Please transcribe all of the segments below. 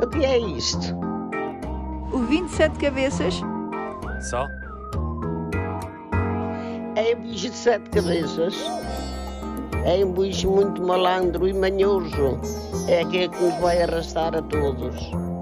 O que é isto? O 27 cabeças? Só? É um bicho de 7 cabeças. É um bicho muito malandro e manhoso. É aquele que nos vai arrastar a todos.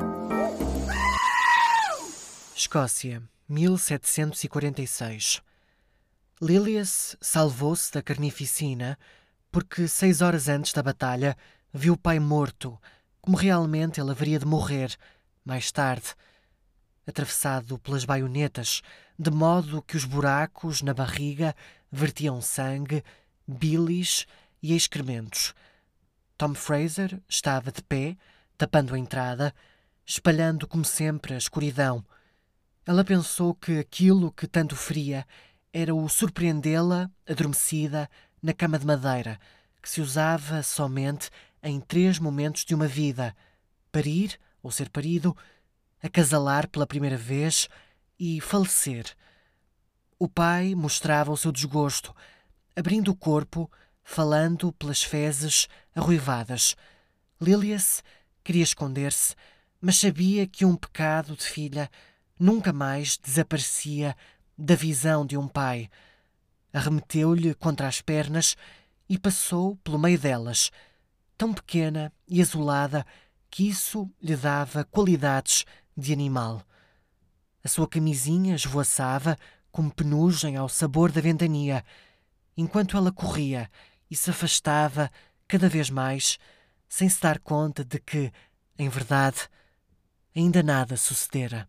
Escócia, 1746. Lilias salvou-se da carnificina porque 6 horas antes da batalha viu o pai morto, como realmente ele haveria de morrer, mais tarde, atravessado pelas baionetas, de modo que os buracos na barriga vertiam sangue, bilis e excrementos. Tom Fraser estava de pé, tapando a entrada, espalhando como sempre a escuridão. Ela pensou que aquilo que tanto feria era o surpreendê-la, adormecida, na cama de madeira, que se usava somente em 3 momentos de uma vida: parir ou ser parido, acasalar pela primeira vez e falecer. O pai mostrava o seu desgosto, abrindo o corpo, falando pelas fezes arruivadas. Lilias queria esconder-se, mas sabia que um pecado de filha nunca mais desaparecia da visão de um pai. Arremeteu-lhe contra as pernas e passou pelo meio delas, tão pequena e azulada que isso lhe dava qualidades de animal. A sua camisinha esvoaçava como penugem ao sabor da ventania, enquanto ela corria e se afastava cada vez mais, sem se dar conta de que, em verdade, ainda nada sucedera.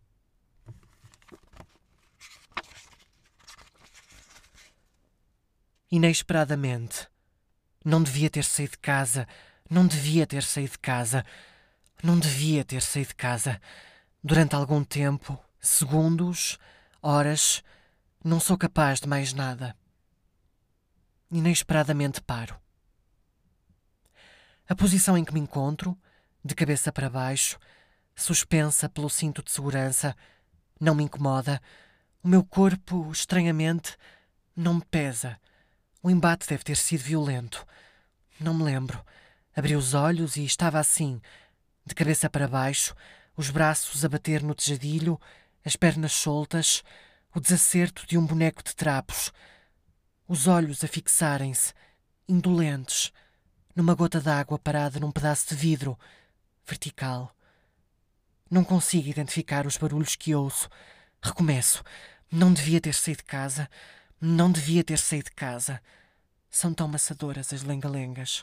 Inesperadamente. Não devia ter saído de casa. Não devia ter saído de casa. Não devia ter saído de casa. Durante algum tempo, segundos, horas, não sou capaz de mais nada. Inesperadamente paro. A posição em que me encontro, de cabeça para baixo, suspensa pelo cinto de segurança, não me incomoda. O meu corpo, estranhamente, não me pesa. O embate deve ter sido violento. Não me lembro. Abri os olhos e estava assim, de cabeça para baixo, os braços a bater no tejadilho, as pernas soltas, o desacerto de um boneco de trapos. Os olhos a fixarem-se, indolentes, numa gota d'água parada num pedaço de vidro, vertical. Não consigo identificar os barulhos que ouço. Recomeço. Não devia ter saído de casa. Não devia ter saído de casa. São tão maçadoras as lengalengas.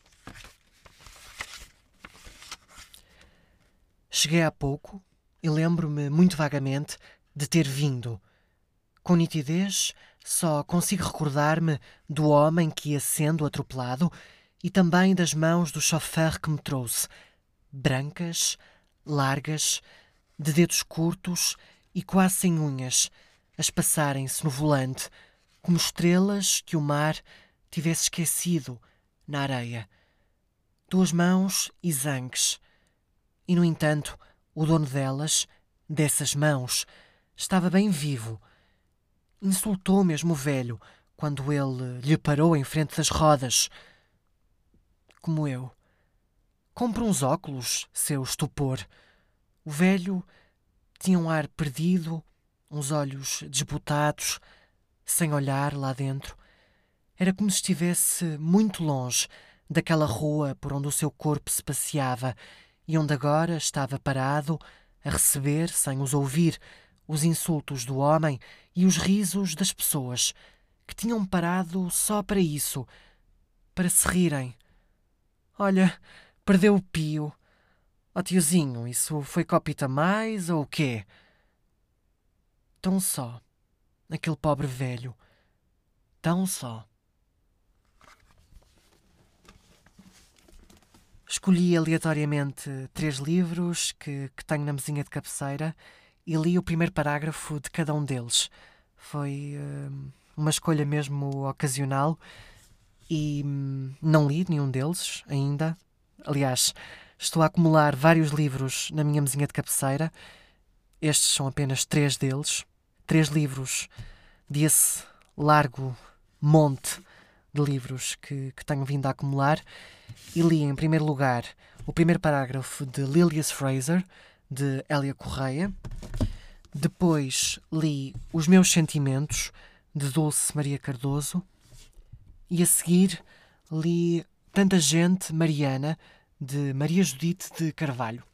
Cheguei há pouco e lembro-me muito vagamente de ter vindo. Com nitidez, só consigo recordar-me do homem que ia sendo atropelado e também das mãos do chofer que me trouxe, brancas, largas, de dedos curtos e quase sem unhas, a espaçarem-se no volante, como estrelas que o mar tivesse esquecido na areia. 2 mãos exangues. E, no entanto, o dono delas, dessas mãos, estava bem vivo. Insultou mesmo o velho quando ele lhe parou em frente das rodas. Como eu. Compre uns óculos, seu estupor. O velho tinha um ar perdido, uns olhos desbotados, sem olhar lá dentro. Era como se estivesse muito longe daquela rua por onde o seu corpo se passeava e onde agora estava parado a receber, sem os ouvir, os insultos do homem e os risos das pessoas que tinham parado só para isso, para se rirem. Olha, perdeu o pio. Ó tiozinho, isso foi copita mais ou o quê? Tão só, aquele pobre velho, tão só. Escolhi aleatoriamente 3 livros que tenho na mesinha de cabeceira e li o primeiro parágrafo de cada um deles. Foi uma escolha mesmo ocasional e não li nenhum deles ainda. Aliás, estou a acumular vários livros na minha mesinha de cabeceira. Estes são apenas 3 deles. 3 livros desse largo monte de livros que tenho vindo a acumular. E li, em primeiro lugar, o primeiro parágrafo de Lilias Fraser, de Hélia Correia. Depois li Os Meus Sentimentos, de Dulce Maria Cardoso. E a seguir li Tanta Gente, Mariana, de Maria Judite de Carvalho.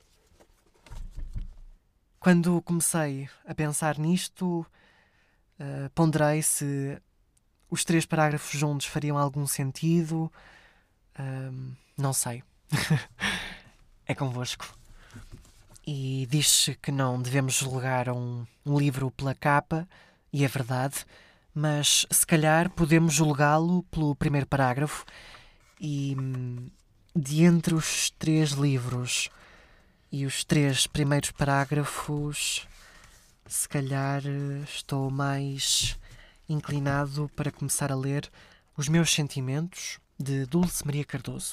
Quando comecei a pensar nisto, ponderei se os 3 parágrafos juntos fariam algum sentido. Não sei. É convosco. E diz-se que não devemos julgar um livro pela capa, e é verdade, mas se calhar podemos julgá-lo pelo primeiro parágrafo. E de entre os 3 livros e os 3 primeiros parágrafos, se calhar estou mais inclinado para começar a ler Os Meus Sentimentos, de Dulce Maria Cardoso.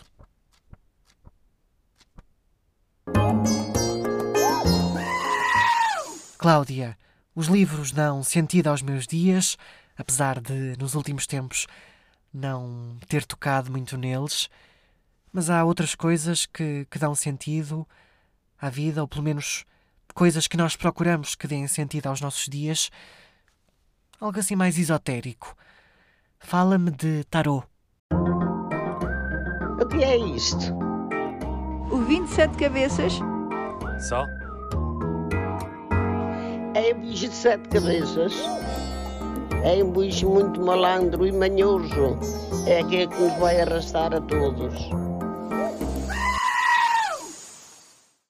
Cláudia, os livros dão sentido aos meus dias, apesar de, nos últimos tempos, não ter tocado muito neles, mas há outras coisas que dão sentido à vida, ou pelo menos coisas que nós procuramos que deem sentido aos nossos dias. Algo assim mais esotérico. Fala-me de tarô. O que é isto? O 27 cabeças. Só? É um bicho de 7 cabeças. É um bicho muito malandro e manhoso. É aquele que nos vai arrastar a todos.